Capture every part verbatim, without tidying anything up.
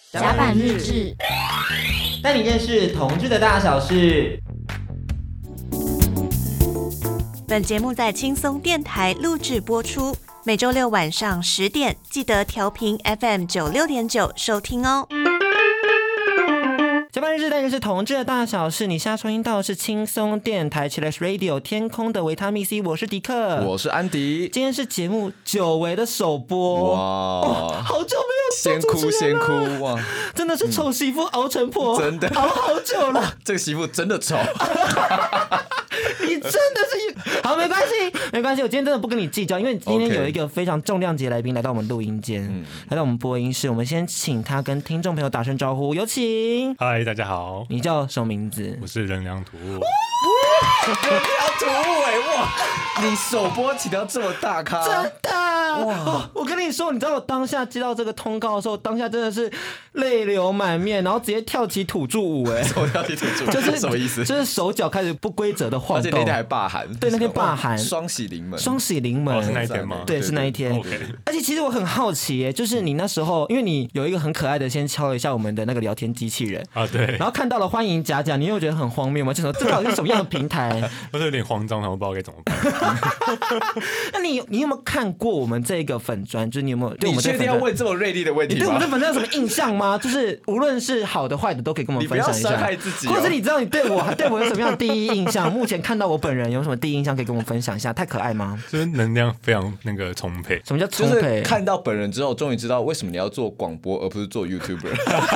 甲板日志， 带你认识同志的大小事。 本节目在轻松电台录制播出，每周六晚上十点记得调频 F M 九六点九收听哦。 甲板日志带你认识同志的大小事，你现在收听到的是轻松电台 Chillax Radio 天空的维他命 C， 我是迪克， 我是安迪。 今天是节目久违的首播，哇、哦，好久没有做主持人了， 先哭先哭哇！ 真的是丑媳妇熬成婆，嗯、 真的熬好久了。 这个媳妇真的丑， 你真的是好，没关系，没关系，我今天真的不跟你计较，因为今天有一个非常重量级的来宾来到我们录音间，嗯、来到我们播音室，我们先请他跟听众朋友打声招呼，有请。 嗨，大家好， 你叫什么名字？ 我是人良图物。 人良图物哎，哇！你首播起到这么大咖， 真的哇！我跟你说，你知道我当下接到这个通告的时候，当下真的是泪流满面，然后直接跳起土著舞，哎， 什么跳起土著舞？ 就是什么意思？ 就是手脚开始不规则的晃动， 而且那天还罢寒， 对，那天罢寒， 双喜临门， 双喜临门， 哦，是那一天吗？ 对，是那一天。 Okay. 而且其实我很好奇，哎，就是你那时候，因为你有一个很可爱的，先敲了一下我们的那个聊天机器人啊，对， 然后看到了欢迎假假，你有觉得很荒谬吗？就说这到底是什么样的平台？ 我是有点慌张，我不知道该怎么办。 那你你有没有看过我们这个粉专？就是你有没有？ 你确定要问这么锐利的问题吗？ 你对我们这粉专有什么印象吗？就是无论是好的坏的，都可以跟我们分享一下。 你不要伤害自己、哦， 或者你知道你对我对我有什么样的第一印象？目前看到我本人有什么第一印象可以跟我们分享一下？太可爱吗？ 就是能量非常那个充沛。 什么叫充沛？ 就是看到本人之后，终于知道为什么你要做广播而不是做 YouTuber。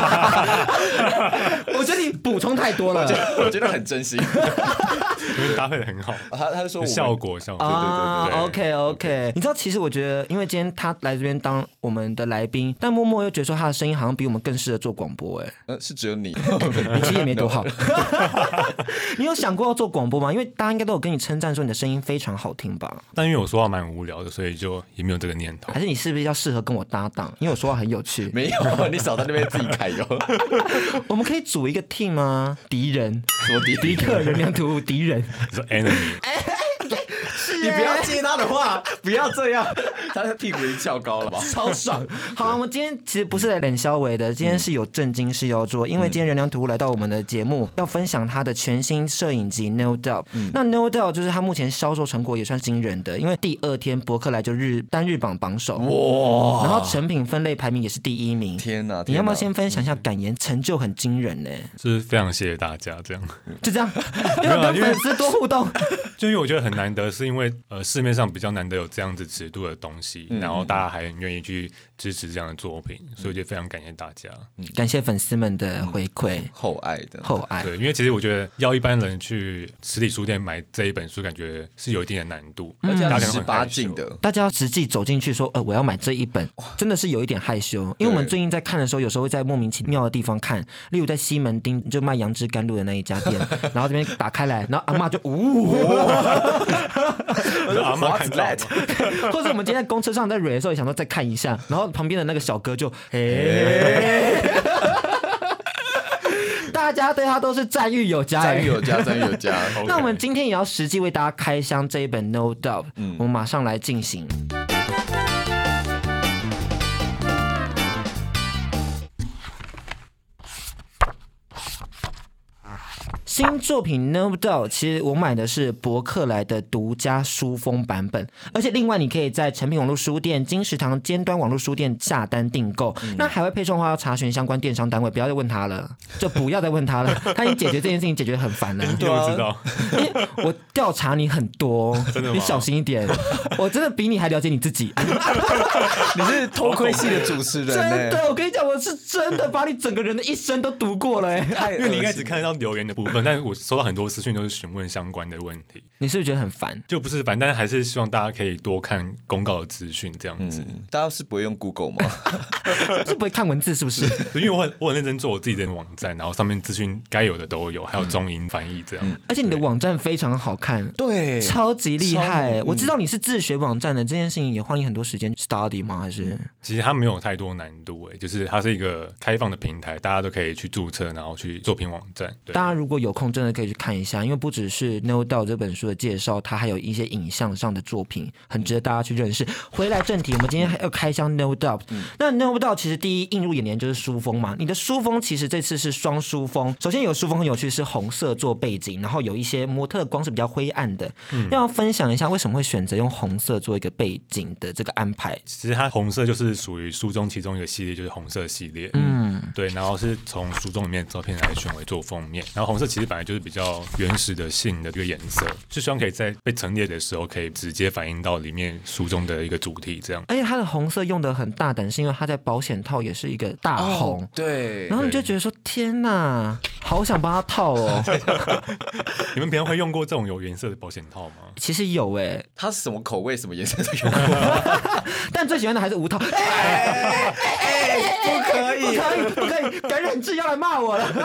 我觉得你补充太多了， 我觉得我觉得很真心。 因为搭配的很好， 他他就说效果效果， 啊，对对对对 ，OK OK。你知道，其实我觉得，因为今天他来这边当我们的来宾，但默默又觉得说他的声音好像比我们更适合做广播，哎， 呃，是只有你， 你其实也没多好。你有想过要做广播吗？因为大家应该都有跟你称赞说你的声音非常好听吧？ 但因为我说话蛮无聊的，所以就也没有这个念头。 还是你是不是要适合跟我搭档？因为我说话很有趣。 没有，你少在那边自己揩油。 我们可以组一个 team 吗？敌人， 什么敌？ 敌客人良图敌人。 说 enemy。 你不要接他的话，不要这样，他的屁股已经翘高了吧？ 超爽！好，我们今天其实不是来冷消维的，今天是有正经事要做，因为今天人良图物来到我们的节目，要分享他的全新摄影集 No Doubt。嗯、那 No Doubt 就是他目前销售成果也算惊人的，因为第二天博客来就日单日榜榜首，哇！然后成品分类排名也是第一名。 天哪！ 你要不要先分享一下感言？成就很惊人呢， 就是非常谢谢大家，这样就这样，因为跟粉丝多互动。 就因为我觉得很难得，是因为呃市面上比较难得有这样子尺度的东西，嗯、然后大家还很愿意去支持这样的作品，嗯、所以就非常感谢大家， 嗯、感谢粉丝们的回馈、嗯、 厚爱的厚爱。 对，因为其实我觉得要一般人去实体书店买这一本书，感觉是有一定的难度， 而且大家十八禁的， 大家要实际走进去说，呃，我要买这一本，真的是有一点害羞，因为我们最近在看的时候，有时候会在莫名其妙的地方看，例如在西门町就卖杨枝甘露的那一家店，然后这边打开来，然后阿嬷就呜。 我说阿嬷看到， 或者我们今天在公车上在蕊的时候，也想说再看一下，然后旁边的那个小哥就，嘿，大家对他都是赞誉有加， 赞誉有加，赞誉有加。 那我们今天也要实际为大家开箱这一本 No Doubt，嗯、我们马上来进行。新作品 No Doubt， 其实我买的是博客来的独家书封版本，而且另外你可以在诚品网络书店、金石堂尖端网络书店下单订购。嗯、那海外配送的话，要查询相关电商单位，不要再问他了，就不要再问他了，他已经解决这件事情，解决得很烦了。 对啊，知道， 因为我调查你很多， 真的吗？ 你小心一点，我真的比你还了解你自己。 你是偷窥系的主持人、欸， 真的，我跟你讲，我是真的把你整个人的一生都读过了、欸， 因为你应该只看得到留言的部分。但是我收到很多私讯都是询问相关的问题， 你是不是觉得很烦？ 就不是烦，但是还是希望大家可以多看公告的资讯，这样子、 嗯。大家是不会用 Google 吗？ 是不会看文字是不是？ 因为我很我很认真做我自己的网站，然后上面资讯该有的都有，还有中英翻译这样、嗯。 而且你的网站非常好看， 对， 超级厉害、嗯。我知道你是自学网站的，这件事情也花你很多时间 study 吗？还是？ 其实它没有太多难度、欸，就是它是一个开放的平台，大家都可以去注册，然后去做篇网站。 大家如果有空真的可以去看一下，因为不只是 No Doubt 这本书的介绍，它还有一些影像上的作品，很值得大家去认识。回来正题，我们今天还要开箱 No Doubt、嗯、那 No Doubt 其实第一映入眼帘就是书封嘛，你的书封其实这次是双书封，首先有书封很有趣，是红色做背景，然后有一些模特光是比较灰暗的、嗯、要分享一下为什么会选择用红色做一个背景的这个安排。 其实它红色就是属于书中其中一个系列，就是红色系列，嗯，对，然后是从书中里面的照片来选为做封面，然后红色其实本来就是比较原始的性的一个颜色，是希望可以在被陈列的时候可以直接反映到里面书中的一个主题这样。 而且它的红色用的很大胆，是因为它在保险套也是一个大红、哦、 对， 然后你就觉得说天哪，好想帮他套哦你们平常会用过这种有颜色的保险套吗？ 其实有耶、欸、 它是什么口味什么颜色都用过但最喜欢的还是无套。哎哎哎，不可以不可以不可以，感染制要来骂我了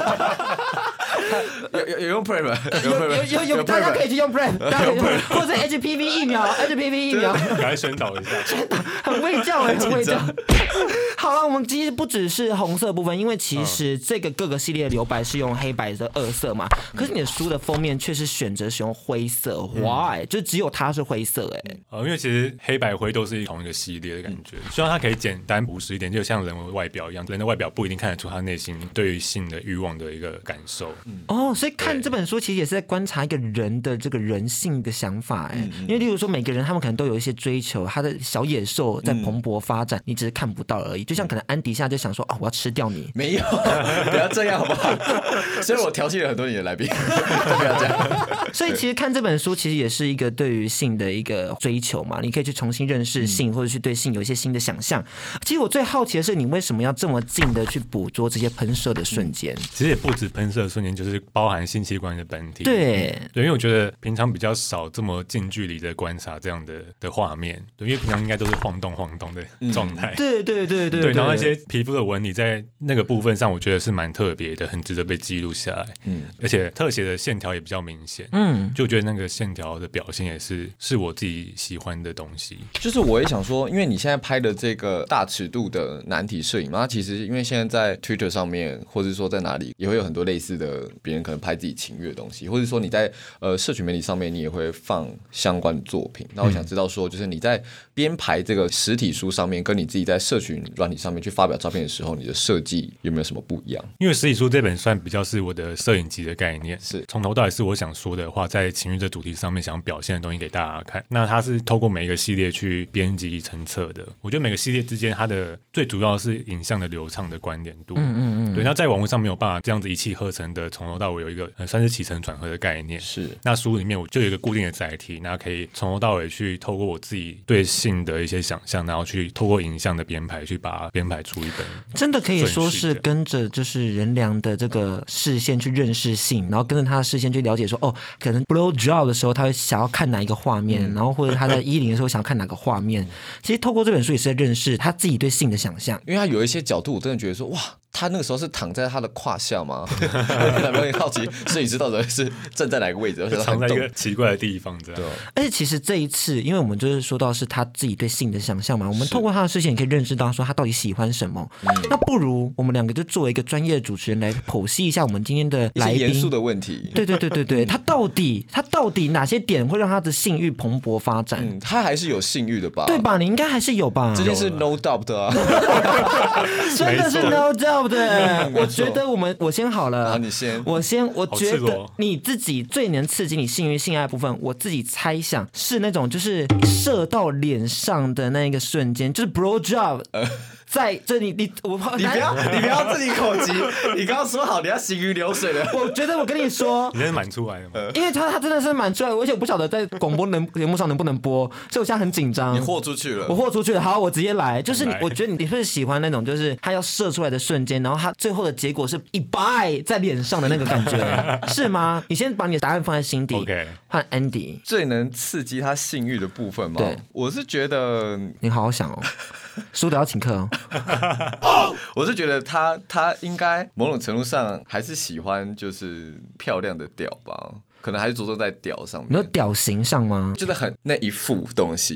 有有有用 Prep 吗？ 有有有有，大家可以去用 Prep， 大家可以用，或者 H P V 疫苗 ，H P V 疫苗， 赶快宣导一下， 宣导很会叫哎、欸，很会叫。好了，我们其实不只是红色部分，因为其实这个各个系列的留白是用黑白的二色嘛，可是你的书的封面却是选择使用灰色 ，Why？、嗯、就只有它是灰色哎、欸呃，因为其实黑白灰都是同一个系列的感觉，希望它可以简单朴实一点，就像人的外表一样，人的外表不一定看得出他内心对于性的欲望的一个感受。 嗯、哦，所以看这本书其实也是在观察一个人的这个人性的想法哎、欸嗯，因为例如说每个人他们可能都有一些追求，他的小野兽在蓬勃发展，嗯、你只是看不到而已。就像可能安迪现在就想说啊，我要吃掉你， 没有，不要这样好不好？所以我调戏了很多你的来宾，不要这样。 所以其实看这本书其实也是一个对于性的一个追求嘛，你可以去重新认识性，嗯、或者去对性有一些新的想象。其实我最好奇的是，你为什么要这么近的去捕捉这些喷射的瞬间？嗯、 其实也不止喷射的瞬间，就是包含性器官的本体。 对， 对，因为我觉得平常比较少这么近距离的观察这样的的画面，对，因为平常应该都是晃动晃动的状态。 嗯、对对对对对, 对，然后那些皮肤的纹理在那个部分上，我觉得是蛮特别的，很值得被记录下来。嗯，而且特写的线条也比较明显。嗯，就觉得那个线条的表现也是是我自己喜欢的东西。 就是我也想说，因为你现在拍的这个大尺度的男体摄影嘛，它其实因为现在在 Twitter 上面，或者说在哪里也会有很多类似的别人可能拍自己情欲的东西，或者说你在呃社群媒体上面你也会放相关的作品。那我想知道说，就是你在编排这个实体书上面，跟你自己在社群软体上面去发表照片的时候，你的设计有没有什么不一样？ 因为实体书这本算比较是我的摄影集的概念， 是从头到尾是我想说的话，在情欲这主题上面想表现的东西给大家看。那它是透过每一个系列去编辑成册的。我觉得每个系列之间，它的最主要是影像的流畅的关联度。嗯嗯嗯。对，那在网络上没有办法这样子一气呵成的从头到尾有一个、呃、算是起承转合的概念。 是。那书里面我就有一个固定的载体，那可以从头到尾去透过我自己对性的一些想象，然后去透过影像的编排去把它编排出一本。 真的可以说是跟着就是仁良的这个视线去认识性，然后跟着他的视线去了解说，哦，可能 blow job 的时候他会想要看哪一个画面、嗯、然后或者他在衣领的时候想要看哪个画面。其实透过这本书也是在认识他自己对性的想象， 因为他有一些角度我真的觉得说，哇，他那个时候是躺在他的胯下吗？有没有好奇摄影师到底是站在哪个位置， 藏在一个奇怪的地方这样。对， 而且其实这一次因为我们就是说到是他自己对性的想象嘛，我们透过他的视线也可以认识到说他到底喜欢什么、嗯、那不如我们两个就作为一个专业的主持人来剖析一下我们今天的来宾一些严肃的问题。 对对对对对，他到底他到底哪些点会让他的性欲蓬勃发展、 嗯、他还是有性欲的吧？ 对吧？你应该还是有吧？ 这件是 no doubt 的啊真的是 no doubt 的。我觉得我们我先好了， 好，你先， 我先，我觉得你自己最能刺激你性欲性爱的部分，我自己猜想是那种就是射到脸上的那一个瞬间，就是 blow job、呃在这里你我你不要你不要自己口急，你刚刚说好你要行云流水的。 我觉得我跟你说， 你真的满出来了吗？ 因为他他真的是满出来，而且我不晓得在广播能节目上能不能播，所以我现在很紧张。 你豁出去了， 我豁出去了。好，我直接来，就是你，我觉得你会喜欢那种，就是他要射出来的瞬间，然后他最后的结果是一拜在脸上的那个感觉，是吗？你先把你的答案放在心底。 OK， 换 Andy， 最能刺激他性欲的部分吗？ 对， 我是觉得你好好想哦。输的要请客哦。 我是觉得他他应该某种程度上还是喜欢就是漂亮的屌吧，可能还是着重在屌上面。 你说屌型上吗？ 就是很那一副东西。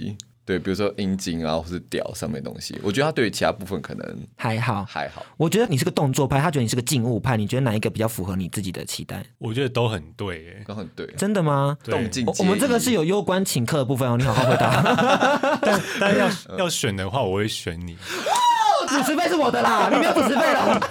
对，比如说阴茎啊，或是屌上面的东西，我觉得他对于其他部分可能还好还好。 我觉得你是个动作派，他觉得你是个静物派，你觉得哪一个比较符合你自己的期待？ 我觉得都很对耶， 都很对。 真的吗？ 动静我我们这个是有攸关请客的部分哦，你好好回答。 但但要要选的话，我会选你。 主持费是我的啦，你没有主持费了。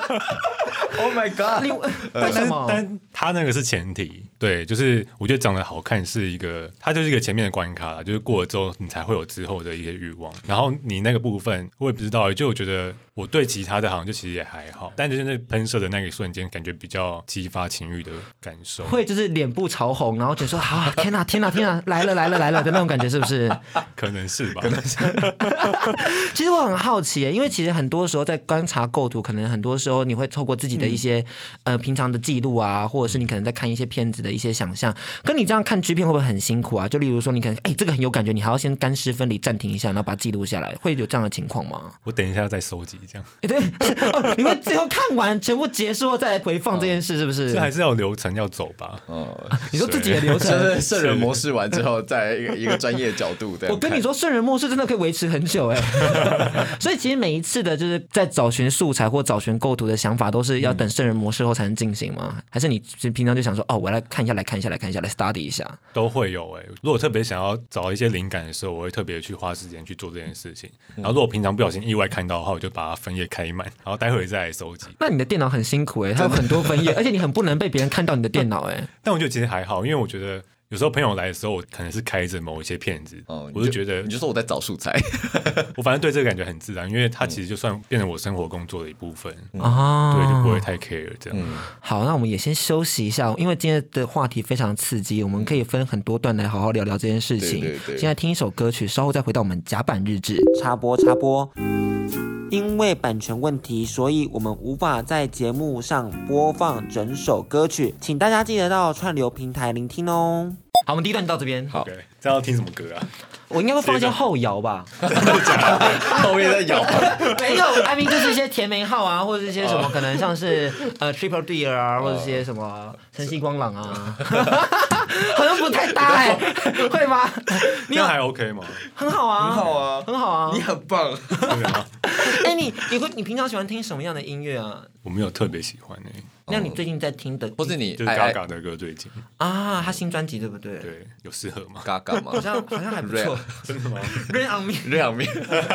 Oh my god！ 你为什么？ 但, 但他那个是前提，对，就是我觉得长得好看是一个，它就是一个前面的关卡啦，就是过了之后你才会有之后的一些欲望。然后你那个部分我也不知道，就我觉得我对其他的好像就其实也还好，但就是那喷射的那个瞬间，感觉比较激发情欲的感受， 会就是脸部潮红，然后觉得说啊天哪天哪天哪来了来了来了的那种感觉，是不是？ 可能是吧， 可能是。 其实我很好奇耶，因为其实很多时候在观察构图，可能很多时候你会透过自己的一些、嗯、呃平常的记录啊，或者是你可能在看一些片子的一些想象，跟你这样看 G 片会不会很辛苦啊？就例如说你可能哎这个很有感觉，你还要先干湿分离暂停一下，然后把它记录下来，会有这样的情况吗？ 我等一下再收集这样。 对、哦，你们最后看完全部结束后再来回放这件事，是不是？ 这还是要有流程要走吧？ 哦、 啊，你说自己的流程， 就是圣人模式完之后，再一个一个专业角度这样。 我跟你说，圣人模式真的可以维持很久哎。所以其实每一次的就是在找寻素材或找寻构图的想法，都是要等圣人模式后才能进行吗？嗯、还是你平常就想说，哦，我来看一下，来看一下，来看一下，来 study 一下？ 都会有哎、欸。如果特别想要找一些灵感的时候，我会特别去花时间去做这件事情。然后如果平常不小心意外看到的话，我就把它分页开满，然后待会再来收集。 那你的电脑很辛苦哎、欸，它有很多分页，而且你很不能被别人看到你的电脑哎、欸。 但我觉得其实还好，因为我觉得。有时候朋友来的时候，我可能是开着某一些片子，哦、我就觉得你就说我在找素材， 我反正对这个感觉很自然，因为它其实就算变成我生活工作的一部分， 哦、 对，就不会太 care 这样、嗯。 好，那我们也先休息一下，因为今天的话题非常刺激，我们可以分很多段来好好聊聊这件事情。 对对对， 现在听一首歌曲，稍后再回到我们甲板日志。插播插播。因为版权问题，所以我们无法在节目上播放整首歌曲，请大家记得到串流平台聆听哦。好，我们第一段到这边。 好， okay, 这要听什么歌啊？ 我应该会放一些后摇吧， 后面在摇。 没有 ，I mean 就是一些甜梅号啊，或者是一些什么，可能像是呃 Triple Deer 啊，或者一些什么晨曦光朗啊，好像不太搭哎、欸，会吗？ 你还 OK 吗？ 很好啊， 很好啊， 很好啊， 你很棒。 哎、欸，你你会你平常喜欢听什么样的音乐啊？ 我没有特别喜欢哎、欸。 那你最近在听的， 或是你就是 Gaga 的歌最近啊，他新专辑对不对？ 对，有适合吗 ？Gaga 吗？ 好像好像还不错， 真的吗 ？Rain on me，Rain on me，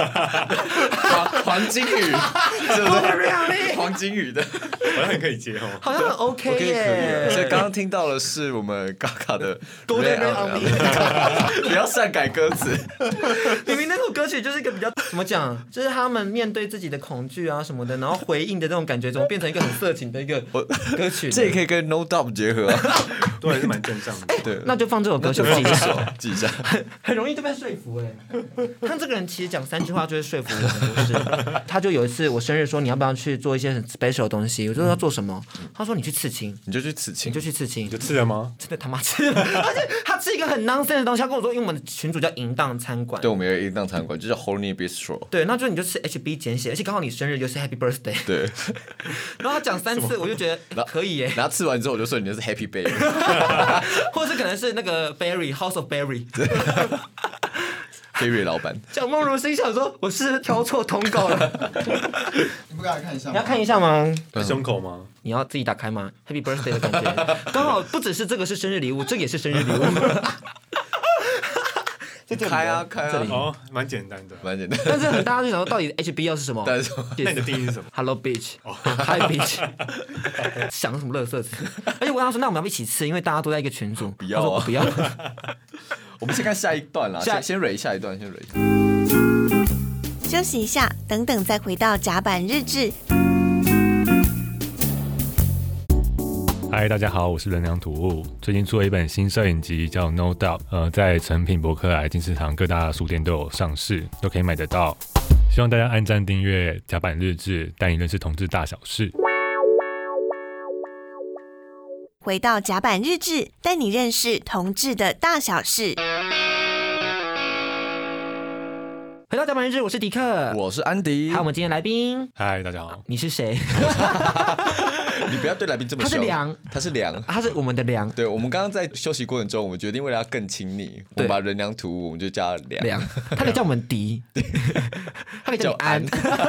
黄金雨，是不是 ？Rain on me， 黄金雨的， 好像很可以接哦， 好像很 OK 耶。 所以刚刚听到的是我们 Gaga 的 Rain on me， 不要擅改歌词。 明明那首歌曲就是一个比较怎么讲，就是他们面对自己的恐惧啊什么的，然后回应的这种感觉，怎么变成一个很色情的一个歌曲？ 这也可以跟 No Doubt 结合啊， 对，还是蛮正向的。 对，那就放这首歌曲记一下， 记一下， 很很容易就被说服哎。看这个人其实讲三句话就会说服我很多事。他就有一次我生日说你要不要去做一些很 special 的东西，我说要做什么？他说你去刺青， 你就去刺青， 你就去刺青， 你就刺了吗？ 真的他妈刺了，而且他吃一个很 nonsense 的东西，他跟我说，因为我们的群主叫淫荡餐馆， 对，我们有淫荡餐馆，就叫 Horny Bistro， 对，那就你就吃 H B 简写，而且刚好你生日又是 Happy Birthday， 对， 然后他讲三次，我就觉得可以耶。 然后吃完之后我就说你那是 Happy Baby， 或者是可能是那个 Berry House of Berry。 Berry 老板， 蒋梦如心想说：“我是挑错通告了。” 你不给他看一下吗？ 你要看一下吗？ 胸口吗？ 你要自己打开吗 ？Happy Birthday 的感觉，刚好不只是这个是生日礼物，这个也是生日礼物。 开啊开啊， 哦，蛮简单的， 蛮简单。 但是很大家就想说，到底 H B 要是什么？ 但是那你的定义是什么 ？Hello Beach，Hi Beach， 想什么垃圾词？而且我跟他说，那我们要不一起吃，因为大家都在一个群组。 不要啊， 不要。 我们先看下一段啦，先先蕊下一段，先蕊一段。 休息一下，等等再回到甲板日志。 嗨，大家好，我是人良土物。最近出了一本新摄影集，叫 No Doubt， 呃，在诚品、博客来、金石堂各大书店都有上市，都可以买得到。希望大家按赞订阅甲板日志，带你认识同志大小事。 回到甲板日志，带你认识同志的大小事。 回到甲板日志，我是迪克， 我是安迪， 还有我们今天来宾。 嗨，大家好。 你是谁？ 你不要对来宾这么凶。 他是梁， 他是梁， 他是我们的梁。 对，我们刚刚在休息过程中，我们决定为了要更亲昵，我们把人梁图我们就叫他梁。 梁，他可以叫我们迪，他可以叫你安。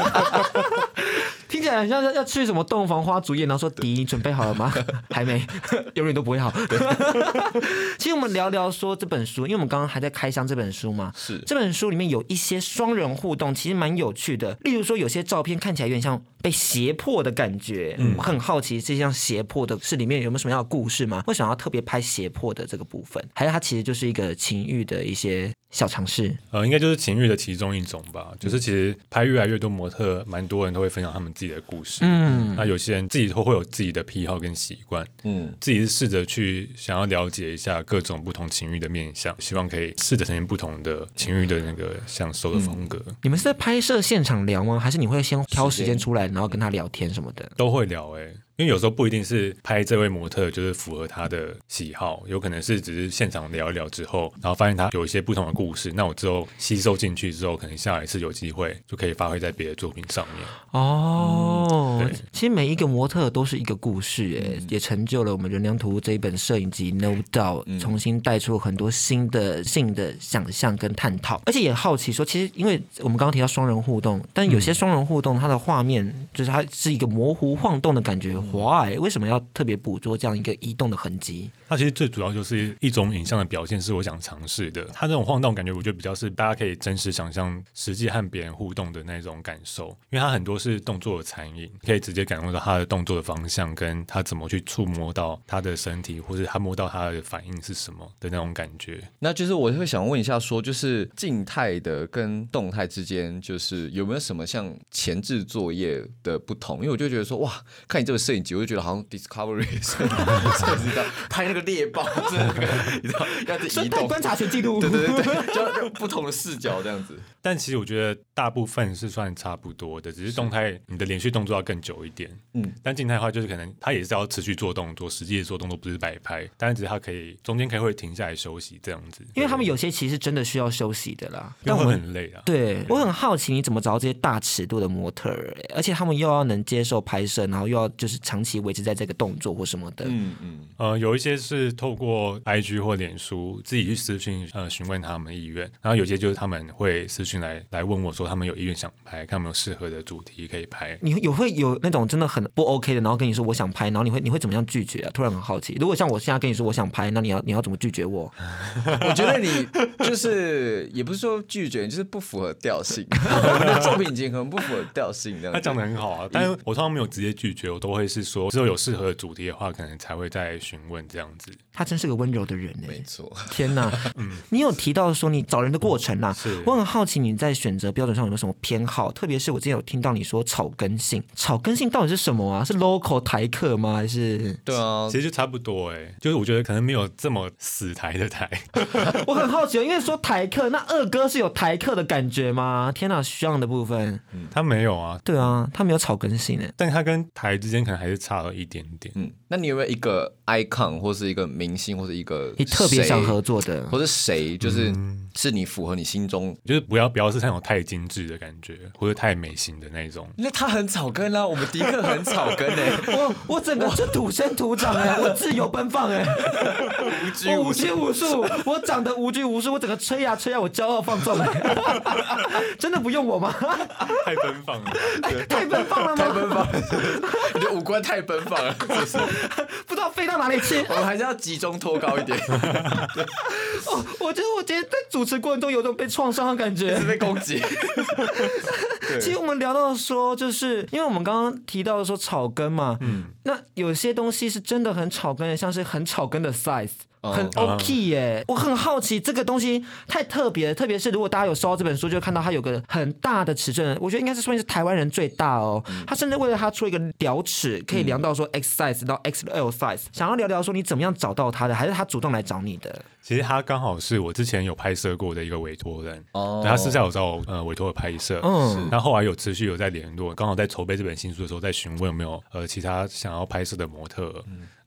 听起来很像要去什么洞房花烛夜，然后说迪，你准备好了吗？还没，永远都不会好。其实我们聊聊说这本书，因为我们刚刚还在开箱这本书嘛， 是这本书里面有一些双人互动，其实蛮有趣的。例如说，有些照片看起来有点像被胁迫的感觉，嗯、我很好奇，这像胁迫的是里面有没有什么样的故事吗？为什么要特别拍胁迫的这个部分？还是它其实就是一个情欲的一些小尝试？ 呃，应该就是情欲的其中一种吧。就是其实拍越来越多模特，蛮多人都会分享他们自己的故事。嗯，那有些人自己会有自己的癖好跟习惯，嗯，自己是试着去想要了解一下各种不同情欲的面向，希望可以试着呈现不同的情欲的那个享受的风格。嗯、 你们是在拍摄现场聊吗？还是你会先挑时间出来，然后跟他聊天什么的？ 都会聊哎、欸。因为有时候不一定是拍这位模特就是符合他的喜好，有可能是只是现场聊一聊之后，然后发现他有一些不同的故事，那我之后吸收进去之后，可能下一次有机会就可以发挥在别的作品上面。 哦、嗯，其实每一个模特都是一个故事，哎、嗯，也成就了我们人梁图这一本摄影集 No Doubt、嗯、重新带出很多新的性的想象跟探讨，而且也好奇说，其实因为我们刚刚提到双人互动，但有些双人互动它的画面就是它是一个模糊晃动的感觉。Why？ 为什么要特别捕捉这样一个移动的痕迹？ 它其实最主要就是一种影像的表现，是我想尝试的。它这种晃动感觉，我觉得比较是大家可以真实想象实际和别人互动的那种感受，因为它很多是动作的残影，可以直接感受到他的动作的方向，跟他怎么去触摸到他的身体，或是他摸到他的反应是什么的那种感觉。 那就是我会想问一下说，就是静态的跟动态之间，就是有没有什么像前置作业的不同？因为我就觉得说，哇，看你这个摄影集，我就觉得好像 Discovery 是你知道拍那个猎豹，是那个你知道要移动观察全记录， 对对对对，就不同的视角这样子。 但其实我觉得大部分是算差不多的，只是动态你的连续动作要更久一点。嗯，但静态的话就是可能它也是要持续做动作，实际的做动作不是摆拍，但是只是它可以中间可以会停下来休息这样子。 因为他们有些其实真的需要休息的啦， 但我很累啊。 对，我很好奇你怎么找这些大尺度的模特儿，而且他们又要能接受拍摄，然后又要就是长期维持在这个动作或什么的。嗯嗯。呃，有一些是透过 I G 或脸书自己去私讯呃询问他们意愿，然后有些就是他们会私讯来来问我说他们有意愿想拍，看有没有适合的主题可以拍。 你有会有那种真的很不 OK 的，然后跟你说我想拍，然后你会你会怎么样拒绝啊？突然很好奇，如果像我现在跟你说我想拍，那你要你要怎么拒绝我？ 我觉得你就是也不是说拒绝，就是不符合调性，你的作品集可能不符合调性这样。 他讲得很好啊，但是我通常没有直接拒绝，我都会是说只有有适合的主题的话，可能才会再询问这样子。 他真是个温柔的人哎， 没错。 天哪，嗯，你有提到说你找人的过程啦，我很好奇你在选择标准上有没有什么偏好？特别是我之前有听到你说草根性，草根性到底是什么啊？是 local 台客吗？还是？ 对啊， 其实就差不多哎、欸，就是我觉得可能没有这么死台的台。 我很好奇，因为说台客，那二哥是有台客的感觉吗？天哪，虚样的部分、 嗯，他没有啊。 对啊，他没有草根性哎， 但他跟台之间可能还是差了一点点。 嗯，那你有没有一个 icon 或是一个明星或是一个你特别想合作的， 或者谁就是、嗯、是你符合你心中， 就是不要不要是那种太精致的感觉，或者太美型的那种。 那他很草根啊，我们迪克很草根哎、欸， 我我整个就土生土长哎、欸，我自由奔放哎、欸，我无拘无束，我长得无拘无束，我整个吹呀吹呀，我骄傲放纵哎、欸，真的不用我吗？ 太奔放了， 哎、太奔放了吗？ 太奔放了，你的五官太奔放了，是是不知道飞到哪里去。 我们还是要集中拖高一点。 哦，我觉得我今天在主持过程中有种被创伤的感觉， 是被攻击。 其实我们聊到说，就是因为我们刚刚提到说草根嘛，嗯，那有些东西是真的很草根的，像是很草根的 size。很 OK 耶、uh, 我很好奇这个东西太特别了，特别是如果大家有收到这本书，就会看到它有个很大的尺寸，我觉得应该是算是台湾人最大哦。嗯、他甚至为了它出一个量尺，可以量到说 X size 到 X L size。想要聊聊说你怎么样找到他的，还是他主动来找你的？ 其实他刚好是我之前有拍摄过的一个委托人，哦，他私下有找我呃委托的拍摄，嗯，那后来有持续有在联络，刚好在筹备这本新书的时候，在询问有没有呃其他想要拍摄的模特。嗯，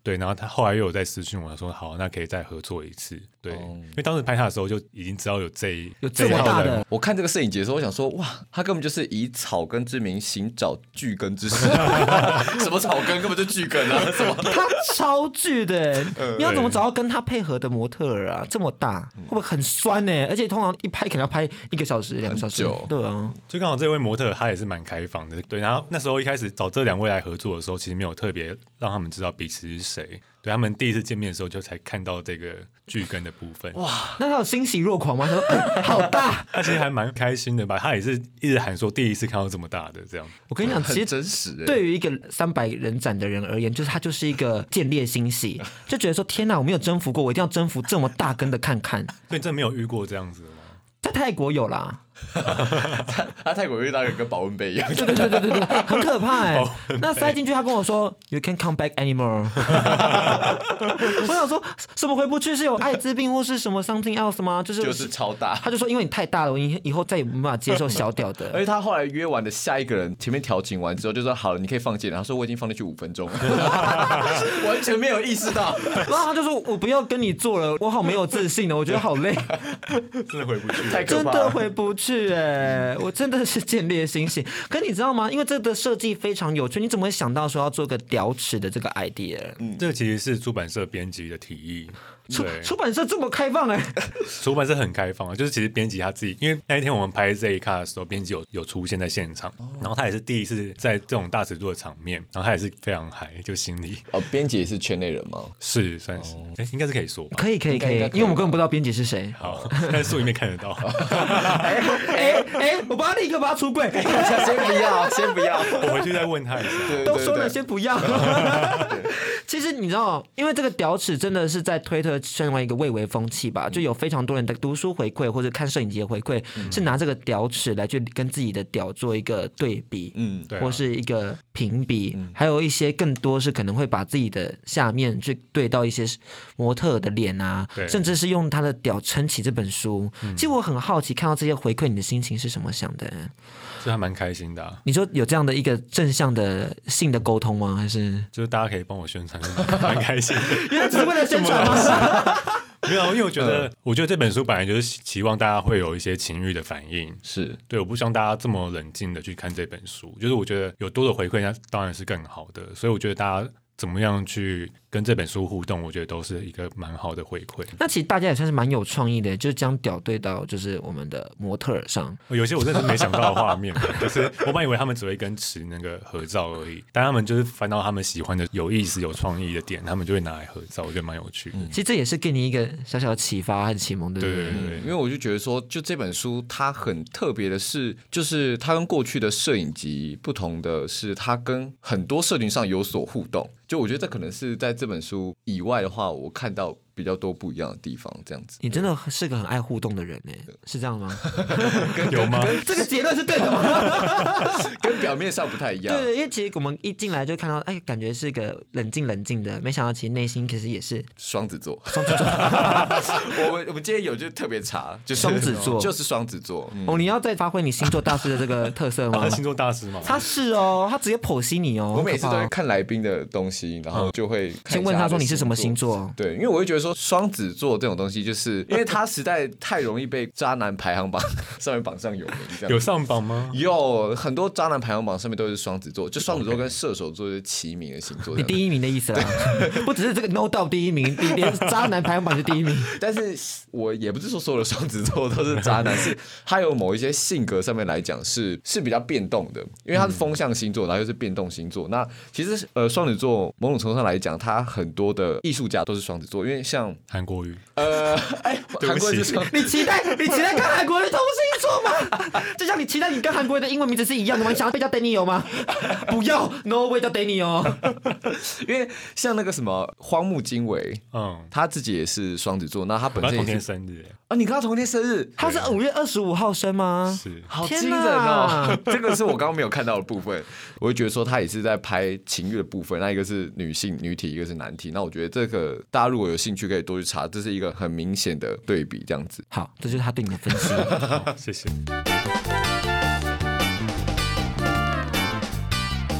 对，然后他后来又有在私讯我说好，那可以再合作一次。对，哦、因为当时拍他的时候就已经知道有这有这么大的。 我看这个摄影节的时候，我想说哇，他根本就是以草根之名寻找巨根之势。什么草根根本就巨根啊！什么？ 他超巨的，你要怎么找到跟他配合的模特儿啊？这么大，会不会很酸呢？而且通常一拍可能要拍一个小时、两个小时。对啊， 就刚好这位模特他也是蛮开放的。对，然后那时候一开始找这两位来合作的时候，其实没有特别让他们知道彼此是谁。对，他们第一次见面的时候就才看到这个巨根的部分。哇， 那他有欣喜若狂吗？他说、欸、好大， 他其实还蛮开心的吧？他也是一直喊说第一次看到这么大的这样。 我跟你讲，其实真实、欸。 对于一个三百人展的人而言，就是他就是一个见猎欣喜，就觉得说天哪，我没有征服过，我一定要征服这么大根的看看。 所以真的没有遇过这样子的吗？ 在泰国有啦。 他, 他泰国遇到一个保温杯一样， 对对对对对对，很可怕哎、欸。那塞进去，他跟我说 ，You can't come back anymore 。我想说，什么回不去？是有艾滋病或是什么 something else 吗？就是就是超大。 他就说，因为你太大了，我以后再也没办法接受小屌的。 而且他后来约完的下一个人，前面调情完之后就说好了，你可以放进来。他说我已经放进去五分钟了，完全没有意识到。 然后他就说我不要跟你做了，我好没有自信的，我觉得好累， 真的回不去， 太可怕了， 真的回不去。是哎，我真的是见猎欣喜。可你知道吗？因为这个设计非常有趣，你怎么会想到说要做个屌尺的这个 idea？ 嗯，这个其实是出版社编辑的提议。 出出版社这么开放哎、欸， 出版社很开放啊，就是其实编辑他自己，因为那一天我们拍这一卡的时候，编辑有有出现在现场，哦、然后他也是第一次在这种大尺度的场面，然后他也是非常嗨，就心里哦，编辑也是圈内人吗？ 是算是，哎、哦，应该是可以说吧？ 可以可以可以，因为我们根本不知道编辑是谁。 好，但是书里面看得到。 哎哎哎，我帮他立刻把他出柜， 先不要，先不要， 我回去再问他一下。 对对对都说了，先不要。其实你知道，因为这个屌尺真的是在推特成为一个蔚为风气吧，就有非常多人的读书回馈或者看摄影集的回馈，嗯、是拿这个屌尺来去跟自己的屌做一个对比，嗯，对、啊，或是一个评比，嗯、还有一些更多是可能会把自己的下面去对到一些模特的脸啊，甚至是用他的屌撑起这本书。嗯、其实我很好奇，看到这些回馈，你的心情是什么想的？ 是还蛮开心的、啊。 你说有这样的一个正向的性的沟通吗？还是就是大家可以帮我宣传，蛮开心的。 原来只是为了宣传吗？ 没有，因为我觉得，我觉得这本书本来就是期望大家会有一些情欲的反应， 是对，我不希望大家这么冷静的去看这本书，就是我觉得有多的回馈，那当然是更好的，所以我觉得大家怎么样去跟这本书互动，我觉得都是一个蛮好的回馈。 那其实大家也算是蛮有创意的，就是将屌对到就是我们的模特儿上。 有些我真的是没想到的画面，就是我本来以为他们只会跟池那个合照而已，但他们就是翻到他们喜欢的有意思、有创意的点，他们就会拿来合照，我觉得蛮有趣的、嗯。 其实这也是给你一个小小的启发和启蒙，对不对？ 对对对， 因为我就觉得说，就这本书它很特别的是，就是它跟过去的摄影集不同的是，它跟很多社群上有所互动。就我觉得这可能是在这本书以外的话，我看到比较多不一样的地方，这样子。 你真的是个很爱互动的人哎，是这样吗？ 有吗？ 这个结论是对的吗？ 跟表面上不太一样。 对，因为其实我们一进来就看到，哎，感觉是个冷静冷静的，没想到其实内心其实也是双子座。 双子座， 我们我们今天有就特别查，就是双子座， 就是双子座。 嗯、哦，你要再发挥你星座大师的这个特色吗？ 他星座大师吗？ 他是哦，他直接剖析你哦。 我每次都会看来宾的东西，然后就会看先问他说你是什么星座？ 对，因为我会觉得说双子座这种东西，就是因为他实在太容易被渣男排行榜上面榜上有名，这样有上榜吗？ 有很多渣男排行榜上面都是双子座，就双子座跟射手座是齐名的星座。 你第一名的意思啦，不只是这个 no doubt 第一名，你连渣男排行榜是第一名。 但是我也不是说所有的双子座都是渣男，是他有某一些性格上面来讲是是比较变动的，因为他是风象星座，然后又是变动星座。那其实呃双子座某种程度上来讲，他很多的艺术家都是双子座，因为像韩国瑜， 呃，哎，韩国瑜是双， 你期待你期待跟韩国瑜同星座吗？就像你期待你跟韩国瑜的英文名字是一样的吗？你想要被叫 Daniel 吗？不要 ，No way 叫 Daniel。 因为像那个什么荒木经惟，嗯，他自己也是双子座，那他本身也是同天生日。 啊，你跟他同天生日， 他是五月二十五号生吗？ 是， 好惊人哦！这个是我刚刚没有看到的部分，我会觉得说他也是在拍情欲的部分，那一个是女性女体，一个是男体，那我觉得这个大家如果有兴趣可以多去查，这是一个很明显的对比，这样子。 好，这就是他对你的分析。 好，谢谢。 你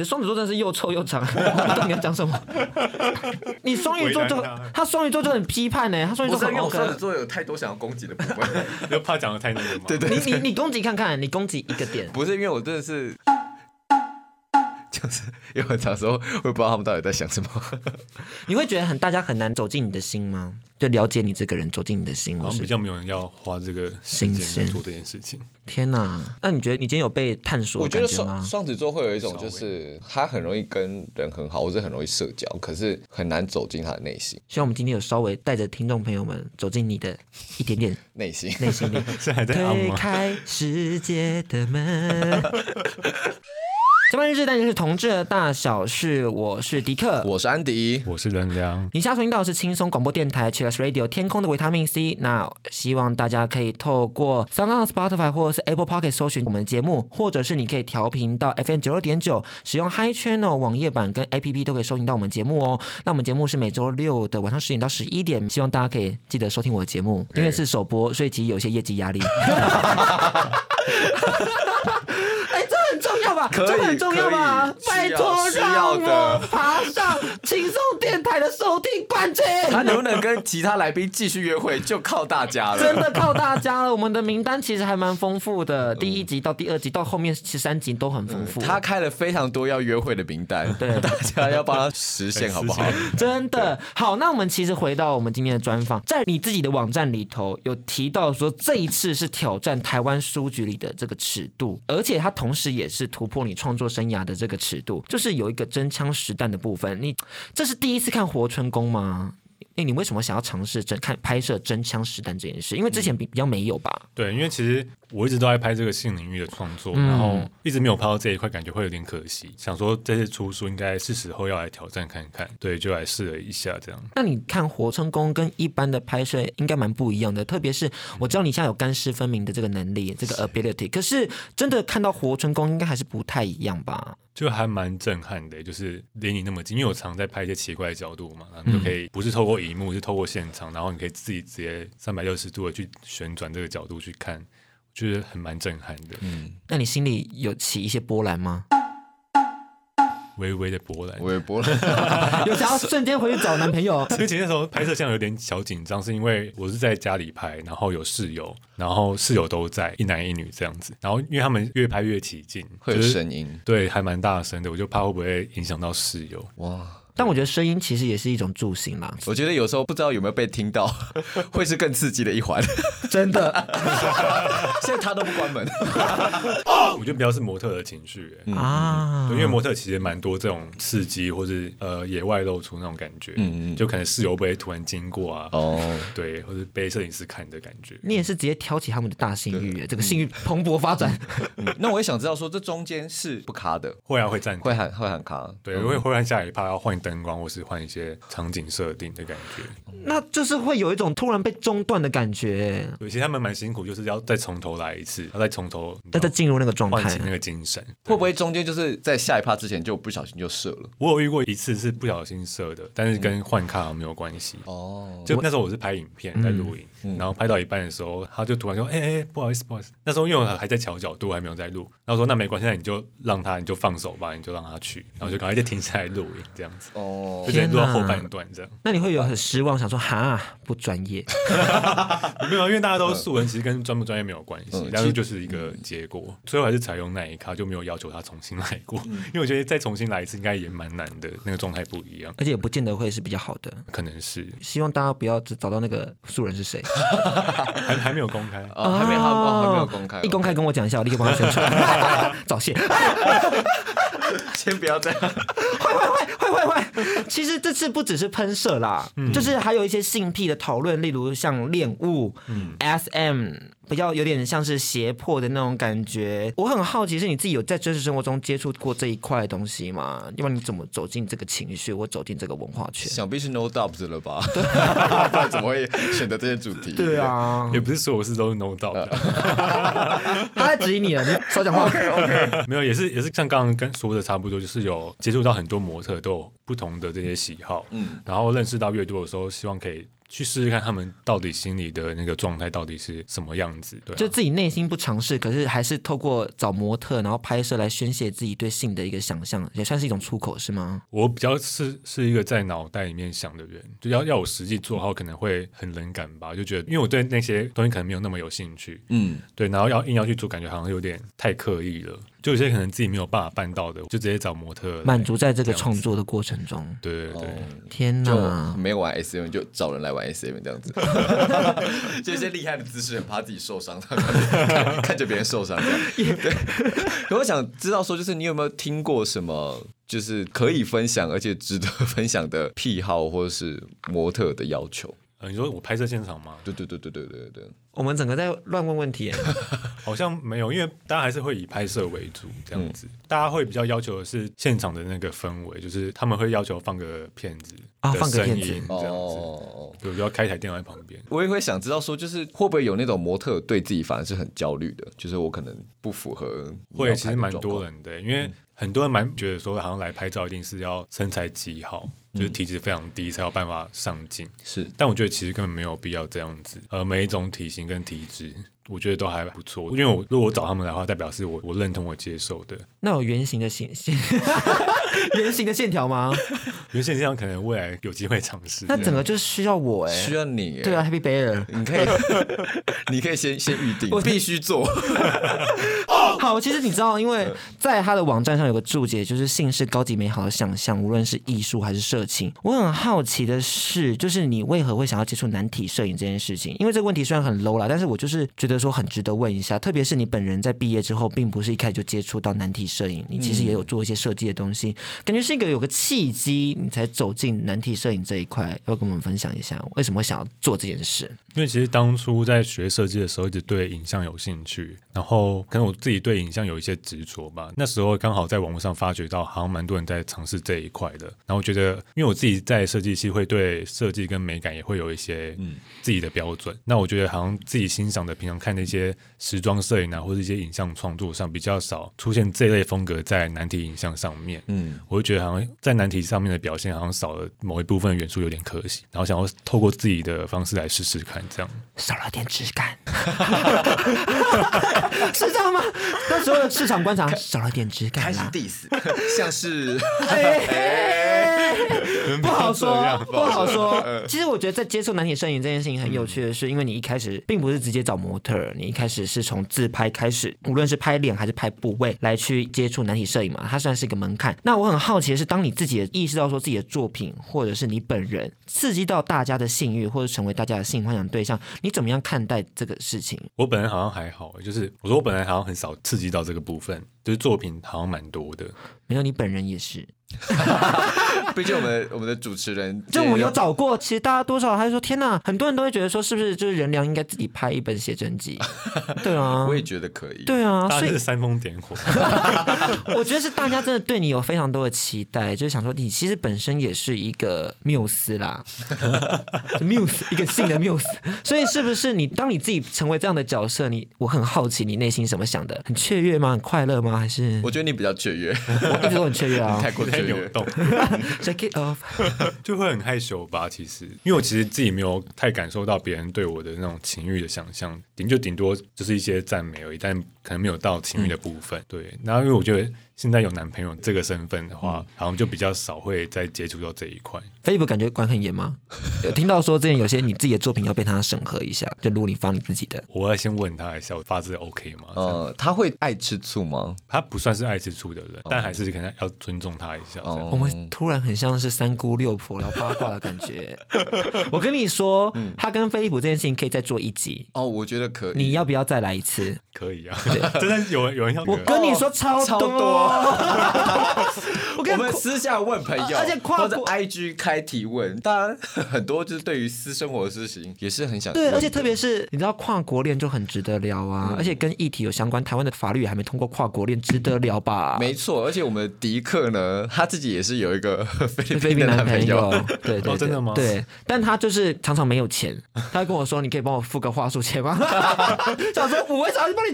的双子座真的是又臭又长，我不懂你要讲什么。你双鱼座就他双鱼座就很批判呢、欸，他双鱼座很 OK。 双子座有太多想要攻击的部分， 就怕讲的太那个嘛。 对对， 你你你攻击看看，你攻击一个点。 不是因为我真的是。就是有很长时候会不知道他们到底在想什么。 你会觉得很大家很难走进你的心吗？就了解你这个人，走进你的心， 好像比较没有人要花这个时间做这件事情。 天哪！那你觉得你今天有被探索的感觉吗？ 我觉得双双子座会有一种，就是他很容易跟人很好，或者很容易社交，可是很难走进他的内心。 希望我们今天有稍微带着听众朋友们走进你的一点点内心， 内心里， 是还在推开世界的门。下半日志，但是同志的大小事，我是迪克， 我是安迪， 我是任良。 你下收听到的是轻松广播电台 Chillax Radio 天空的维他命 C。那希望大家可以透过 SoundOn、Spotify 或者是 Apple Podcast 搜寻我们的节目，或者是你可以调频到 F M 九十六点九，使用 Hi Channel 网页版跟 A P P 都可以收听到我们节目哦。那我们节目是每周六的晚上十点到十一点，希望大家可以记得收听我的节目，因为是首播，所以其实有些业绩压力。哎，这很重要吧？这很重要吧？拜托让我爬上轻松电台的收听冠军。 他能不能跟其他来宾继续约会，就靠大家了。 真的靠大家了。我们的名单其实还蛮丰富的，第一集到第二集到后面十三集都很丰富。 他开了非常多要约会的名单， 对， 大家要帮他实现，好不好？ 真的好。那我们其实回到我们今天的专访，在你自己的网站里头有提到说，这一次是挑战台湾书局里的这个尺度，而且它同时也是突破你创作生涯的这个尺度，就是有一个真枪实弹的部分。你这是第一次看活春宫吗？欸、你为什么想要尝试真看拍摄真枪实弹这件事？因为之前比比较没有吧？ 对，因为其实我一直都在拍这个性领域的创作，嗯、然后一直没有拍到这一块，感觉会有点可惜。想说这次出书应该是时候要来挑战看看，对，就来试了一下这样。 那你看活春宫跟一般的拍摄应该蛮不一样的，特别是我知道你现在有干湿分明的这个能力，这个 ability， 可是真的看到活春宫应该还是不太一样吧？ 就还蛮震撼的，就是离你那么近，因为我常在拍一些奇怪的角度嘛，然后你就可以不是透过荧幕，是透过现场，然后你可以自己直接三百六十度的去旋转这个角度去看，我觉得很蛮震撼的。嗯， 那你心里有起一些波澜吗？ 微微的波澜， 微微波澜， 有想要瞬间回去找男朋友？ 因为其实那时候拍摄像有点小紧张，是因为我是在家里拍，然后有室友，然后室友都在，一男一女这样子，然后因为他们越拍越起劲， 会有声音， 就是、对，还蛮大声的，我就怕会不会影响到室友。哇！ 但我觉得声音其实也是一种助兴啦。 我觉得有时候不知道有没有被听到，会是更刺激的一环。 真的， 现在他都不关门。 我觉得比较是模特的情绪、欸、 啊， 因为模特其实蛮多这种刺激或是呃野外露出那种感觉，嗯嗯，就可能室友会突然经过啊，哦，对，或是被摄影师看的感觉。 你也是直接挑起他们的大性欲，这个性欲蓬勃发展。 嗯、那我也想知道说，这中间是不卡的， 会啊会暂停， 会喊会喊卡， 对，会会喊下一趴要换灯光或是换一些场景设定的感觉。 那就是会有一种突然被中断的感觉。 对，其实他们蛮辛苦，就是要再从头来一次，要再从头， 要再进入那个状态， 唤起那个精神。 会不会中间就是在下一趴之前就不小心就射了？ 我有遇过一次是不小心射的，但是跟换卡没有关系。哦，就那时候我是拍影片在录影、嗯，然后拍到一半的时候，他就突然说：“哎、欸、哎、欸，不好意思，不好意思。”那时候因为我还在调角度，还没有在录，然后说：“那没关系，那你就让他，你就放手吧，你就让他去。”然后就赶快再停下来录影，这样子。哦，就录到后半段这样。 那你会有很失望，想说：“哈，不专业。” 没有，因为大家都素人，其实跟专不专业没有关系，嗯、但是就是一个结果。最后还是采用那一卡，就没有要求他重新来过，嗯、因为我觉得再重新来一次应该也蛮难的，那个状态不一样， 而且也不见得会是比较好的， 可能是。 希望大家不要只找到那个素人是谁， 还还没有公开， 哦、还没有、哦、还没有公开、哦， 一公开跟我讲一下，我立刻帮他宣传，早泄。 先不要这样， 会会会会会会。其实这次不只是喷射啦、嗯，就是还有一些性癖的讨论，例如像恋物、嗯、S M。比较有点像是胁迫的那种感觉，我很好奇是你自己有在真实生活中接触过这一块的东西吗？要不然你怎么走进这个情绪或走进这个文化圈？ 想必是 No Doubt 了吧？不然怎么会选择这些主题？ 对啊， 也不是所有事都是 No Doubt 的。 他在质疑你了，你少讲话。 OK OK， 没有，也是也是像刚刚跟说的差不多，就是有接触到很多模特都有不同的这些喜好，嗯，然后认识到越多的时候，希望可以去试试看他们到底心里的那个状态到底是什么样子，对、啊， 就自己内心不尝试，可是还是透过找模特然后拍摄来宣泄自己对性的一个想象，也算是一种出口是吗？ 我比较是是一个在脑袋里面想的人，就要要我实际做好可能会很冷感吧，就觉得因为我对那些东西可能没有那么有兴趣，嗯，对，然后要硬要去做，感觉好像有点太刻意了。就有些可能自己没有办法办到的，就直接找模特满足在这个创作的过程中。 对对对，哦、 天哪！ 就没有玩 S M 就找人来玩 S M 这样子，就一些厉害的姿势，很怕自己受伤，看, 看着别人受伤这样。对，可我想知道说，就是你有没有听过什么？就是可以分享而且值得分享的癖好或者是模特的要求。 呃，你说我拍摄现场吗？ 对对对对对对对。 我们整个在乱问问题， 好像没有，因为大家还是会以拍摄为主这样子、嗯。大家会比较要求的是现场的那个氛围，就是他们会要求放个片子啊，放个片子这样子，哦，对，就要开一台电脑在旁边。 我也会想知道说，就是会不会有那种模特对自己反而是很焦虑的，就是我可能不符合。 会，其实蛮多人的，因为很多人蛮觉得说，好像来拍照一定是要身材极好。就是体脂非常低才有办法上镜， 是， 但我觉得其实根本没有必要这样子。呃，每一种体型跟体质，我觉得都还不错。因为我如果我找他们来的话，代表是我我认同我接受的。 那有圆形的线线，圆形的线条吗？ 圆形线条可能未来有机会尝试。 那整个就需要我哎、欸， 需要你、欸。 对啊 ，Happy Bear， 你可以，你可以先先预定，我必须做。 好，其实你知道，因为在他的网站上有个注解，就是性是高级美好的想象，无论是艺术还是色情。我很好奇的是，就是你为何会想要接触男体摄影这件事情？因为这个问题虽然很 low 啦，但是我就是觉得说很值得问一下。特别是你本人在毕业之后，并不是一开始就接触到男体摄影，你其实也有做一些设计的东西，感觉是一个有个契机，你才走进男体摄影这一块。要跟我们分享一下，为什么会想要做这件事？ 因为其实当初在学设计的时候，一直对影像有兴趣，然后可能我自己对影像有一些执着吧。那时候刚好在网络上发觉到，好像蛮多人在尝试这一块的。然后我觉得，因为我自己在设计系会对设计跟美感也会有一些自己的标准。嗯、那我觉得好像自己欣赏的，平常看那些时装摄影啊，或者一些影像创作上比较少出现这类风格在男体影像上面。嗯，我就觉得好像在男体上面的表现好像少了某一部分的元素，有点可惜。然后想要透过自己的方式来试试看，这样少了点质感，是这样吗？那时候的市场观察少了点质感， 开始 diss， 像是。 不好说，不好说。其实我觉得在接触男体摄影这件事情很有趣的是，因为你一开始并不是直接找模特，你一开始是从自拍开始，无论是拍脸还是拍部位来去接触男体摄影嘛，它算是一个门槛。那我很好奇的是，当你自己意识到说自己的作品或者是你本人刺激到大家的性欲，或者成为大家的性幻想对象，你怎么样看待这个事情？ 我本人好像还好，就是我说我本来好像很少刺激到这个部分，就是作品好像蛮多的。 没有，你本人也是。 毕竟我们我们的主持人， 就我有找过，其实大家多少还是说天哪，很多人都会觉得说，是不是就是仁良应该自己拍一本写真集？对啊， 我也觉得可以。 对啊， 大家是煽风点火。 我觉得是大家真的对你有非常多的期待，就是想说你其实本身也是一个缪斯啦，muse 一个性的缪斯，所以是不是你当你自己成为这样的角色，你我很好奇你内心怎么想的？很雀跃吗？很快乐吗？还是？ 我觉得你比较雀跃， 我一直都很雀跃啊， 太过雀跃。 扭动 ，shake it off， 就会很害羞吧。其实，因为我其实自己没有太感受到别人对我的那种情欲的想象，顶就顶多就是一些赞美而已，但可能没有到情欲的部分。嗯、对，然后因为我觉得现在有男朋友这个身份的话，嗯、好像就比较少会再接触到这一块。 菲利普感觉管很严吗？有听到说之前有些你自己的作品要被他审核一下，就如果你发你自己的， 我要先问他一下，我发字 OK 吗？ 呃，他会爱吃醋吗？ 他不算是爱吃醋的人，哦、但还是可能要尊重他一下。哦、 我们突然很像是三姑六婆聊八卦的感觉。我跟你说，嗯、他跟菲利普这件事情可以再做一集。 哦，我觉得可以。 你要不要再来一次？ 可以啊，真的有人有人要。 我跟你说超多， 超多我跟我们私下问朋友， 而且跨或者 I G 开提问，当然很多就是对于私生活的事情也是很想对，而且特别是你知道跨国恋就很值得聊啊，嗯、而且跟议题有相关，台湾的法律也还没通过跨国恋，值得聊吧？ 没错，而且我们的迪克呢，他自己也是有一一个菲律宾的男朋友， 对对对、 哦，真的吗？ 对，但他就是常常没有钱，他跟我说：“你可以帮我付个话术钱吗？”想说我为啥要帮你出钱？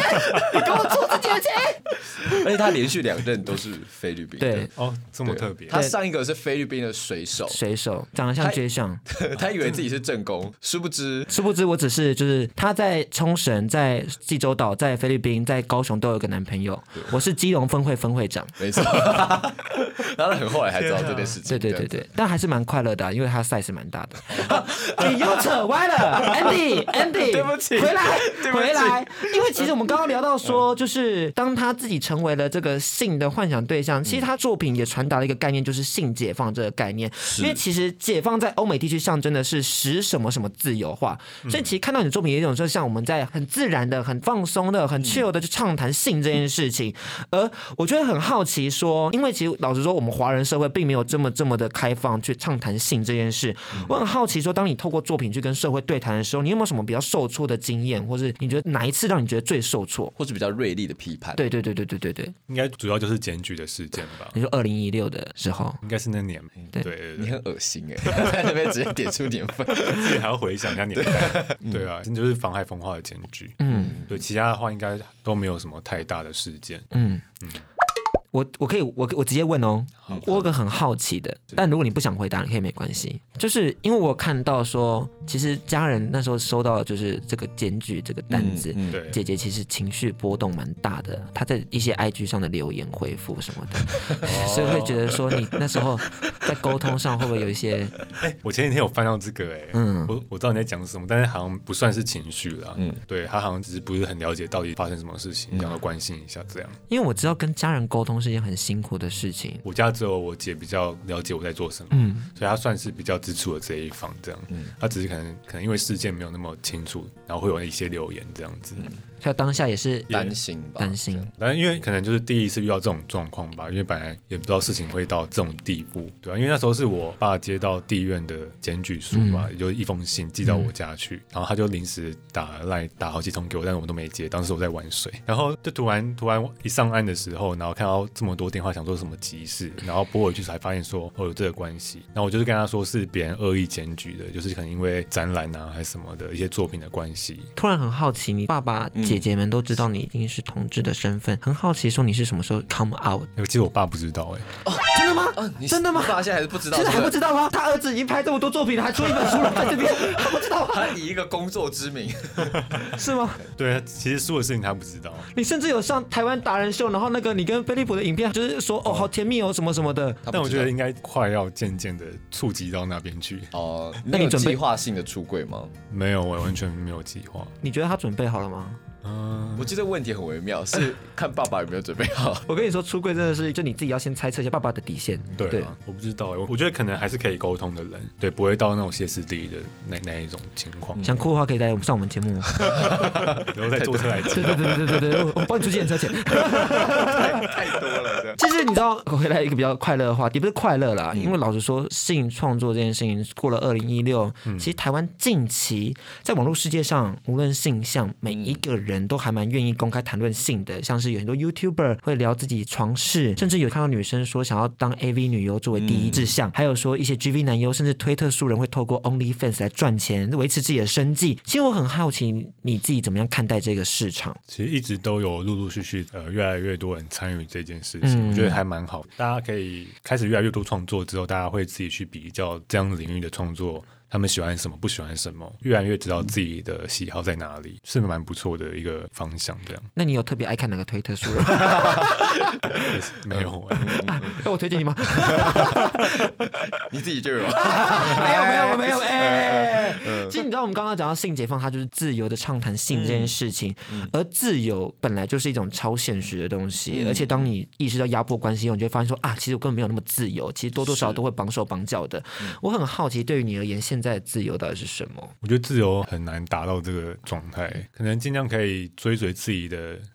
你给我出自己的钱。 而且他连续两任都是菲律宾的。 对哦，这么特别。 他上一个是菲律宾的水手， 水手长得像追上， 他以为自己是正宫，殊不知殊不知我只是就是他在冲绳、在济州岛、在菲律宾、在高雄都有个男朋友，我是基隆分会分会长。 没错。然后很后来才知道这件事情。 对对对对，但还是蛮快乐的、啊，因为他 size 蛮大的。你又扯歪了 ，Andy Andy， 对不起， 回来对不起回来，因为其实我们刚刚聊到说，就是当他自己成为了这个性的幻想对象，其实他作品也传达了一个概念，就是性解放这个概念。因为其实解放在欧美地区象征的是使什么什么自由化，所以其实看到你的作品，有一种说像我们在很自然的、很放松的、很 chill 的去畅谈性这件事情。而我觉得很好奇说，因为其实老实说，我们华人社会并没有这么这么的开放去畅谈性这件事。我很好奇说，当你透过作品去跟社会对谈的时候，你有没有什么比较受挫的经验，或是你觉得哪一次让你觉得最受挫， 或是比较锐利的批判？ 对对对对对对对， 应该主要就是检举的事件吧。 你说二零一六的时候， 应该是那年。 对对对对， 你很恶心哎、欸，在那边直接点出年份， 自己还要回想一下年代。对啊，这就是妨害风化的检举。嗯，对，其他的话应该都没有什么太大的事件。 嗯嗯。我我可以我我直接问哦，我有个很好奇的，但如果你不想回答，你可以没关系。就是因为我看到说，其实家人那时候收到就是这个检举这个单子， 嗯嗯、对， 姐姐其实情绪波动蛮大的，她在一些 I G 上的留言回复什么的，哦、所以会觉得说你那时候在沟通上会不会有一些？ 哎、欸，我前几天有翻到这个、欸，哎，嗯，我我知道你在讲什么，但是好像不算是情绪啦，嗯，对他好像只是不是很了解到底发生什么事情，想要关心一下这样。 因为我知道跟家人沟通是一件很辛苦的事情。 我家只有我姐比较了解我在做什么，嗯，所以她算是比较支持我这一方这样。嗯，她只是可能可能因为事件没有那么清楚，然后会有一些留言这样子。嗯， 所以当下也是担心吧， 担心。 但是因为可能就是第一次遇到这种状况吧，因为本来也不知道事情会到这种地步，对吧、啊？因为那时候是我爸接到地院的检举书嘛，嗯、也就是一封信寄到我家去，嗯、然后他就临时打来打好几通给我，但是我都没接。当时我在玩水，然后就突然突然一上岸的时候，然后看到这么多电话，想说什么急事，然后拨回去才发现说哦有这个关系。然后我就是跟他说是别人恶意检举的，就是可能因为展览啊还是什么的一些作品的关系。 突然很好奇，你爸爸姐姐们都知道你已经是同志的身份，很好奇说你是什么时候 come out？ 其实我爸不知道哎、 欸哦，真的吗？ 哦、你真的吗？ 你爸现在还是不知道？ 现在还不知道吗？他儿子已经拍这么多作品了，还出一本书了，在这边他不知道吗？ 他以一个工作之名， 是吗？ 对，其实书的事情他不知道。 你甚至有上台湾达人秀，然后那个你跟飞利浦的影片，就是说哦好甜蜜哦什么什么的。 但我觉得应该快要渐渐的触及到那边去。 哦、呃，那你有计划性的出柜吗？ 没有，我完全没有计划。 你觉得他准备好了吗？ 嗯，我觉得问题很微妙，是看爸爸有没有准备好。 我跟你说，出柜真的是就你自己要先猜测一下爸爸的底线。 对, 对啊，我不知道，我觉得可能还是可以沟通的人，对，不会到那种歇斯底里的那那一种情况。 想哭的话可以来上我们节目， 然后再坐车来接。 对对对对对对，我帮你出计程车钱。 太, 太多了。 其实你知道，回来一个比较快乐的话题，不是快乐啦，嗯、因为老实说，性创作这件事情过了二零一六，其实台湾近期在网络世界上，无论性向，每一个人。人都还蛮愿意公开谈论性的，像是有很多 YouTuber 会聊自己床事，甚至有看到女生说想要当 A V 女优作为第一志向，嗯、还有说一些 G V 男优，甚至推特素人会透过 OnlyFans 来赚钱，维持自己的生计。其实我很好奇你自己怎么样看待这个市场？ 其实一直都有陆陆续续呃越来越多人参与这件事情，嗯、我觉得还蛮好。大家可以开始越来越多创作之后，大家会自己去比较这样领域的创作。他们喜欢什么，不喜欢什么，越来越知道自己的喜好在哪里，是蛮不错的一个方向。这样， 那你有特别爱看哪个推特书人？ 没有、欸， 啊、要我推荐你吗？ 你自己就有？没有没有没有，哎、欸，其实你知道我们刚刚讲到性解放，它就是自由的畅谈性这件事情，嗯、而自由本来就是一种超现实的东西，嗯、而且当你意识到压迫关系后，你就会发现说啊，其实我根本没有那么自由，其实多多少少都会绑手绑脚的。我很好奇，对于你而言，现在的自由到底是什么？ 我觉得自由很难达到这个状态，可能尽量可以追随自己的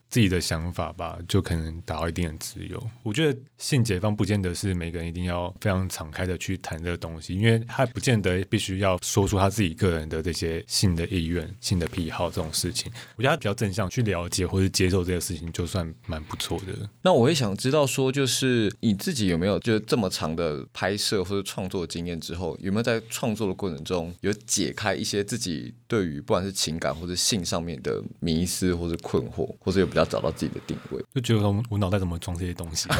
自己的想法吧，就可能达到一定的自由。我觉得性解放不见得是每个人一定要非常敞开的去谈这个东西，因为他不见得必须要说出他自己个人的这些性的意愿、性的癖好这种事情。我觉得他比较正向去了解或是接受这个事情，就算蛮不错的。 那我会想知道说，就是你自己有没有就这么长的拍摄或者创作经验之后，有没有在创作的过程中有解开一些自己对于不管是情感或者性上面的迷思或者困惑，或者有比较找到自己的定位？ 就觉得我脑袋怎么装这些东西？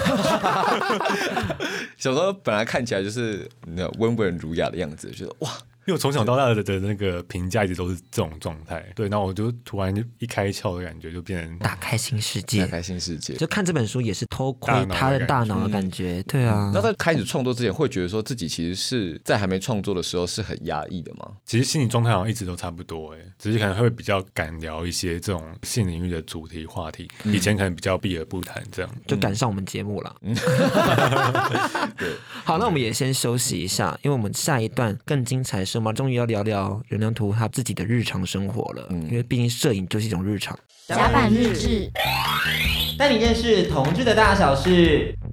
小时候本来看起来就是温文儒雅的样子，觉得哇。 因为我从小到大的的那个评价一直都是这种状态，对，然后我就突然就一开窍的感觉，就变成打开新世界， 打开新世界。 就看这本书也是偷窥他的大脑的感觉，对啊。 那在开始创作之前，会觉得说自己其实是在还没创作的时候是很压抑的吗？ 其实心理状态好像一直都差不多，哎，只是可能会比较敢聊一些这种性领域的主题话题，嗯、以前可能比较避而不谈，这样就赶上我们节目了。嗯、对，好，那我们也先休息一下，因为我们下一段更精彩的是，我们终于要聊聊任良图他自己的日常生活了，嗯、因为毕竟摄影就是一种日常。 甲板日志， 带你认识同志的大小事。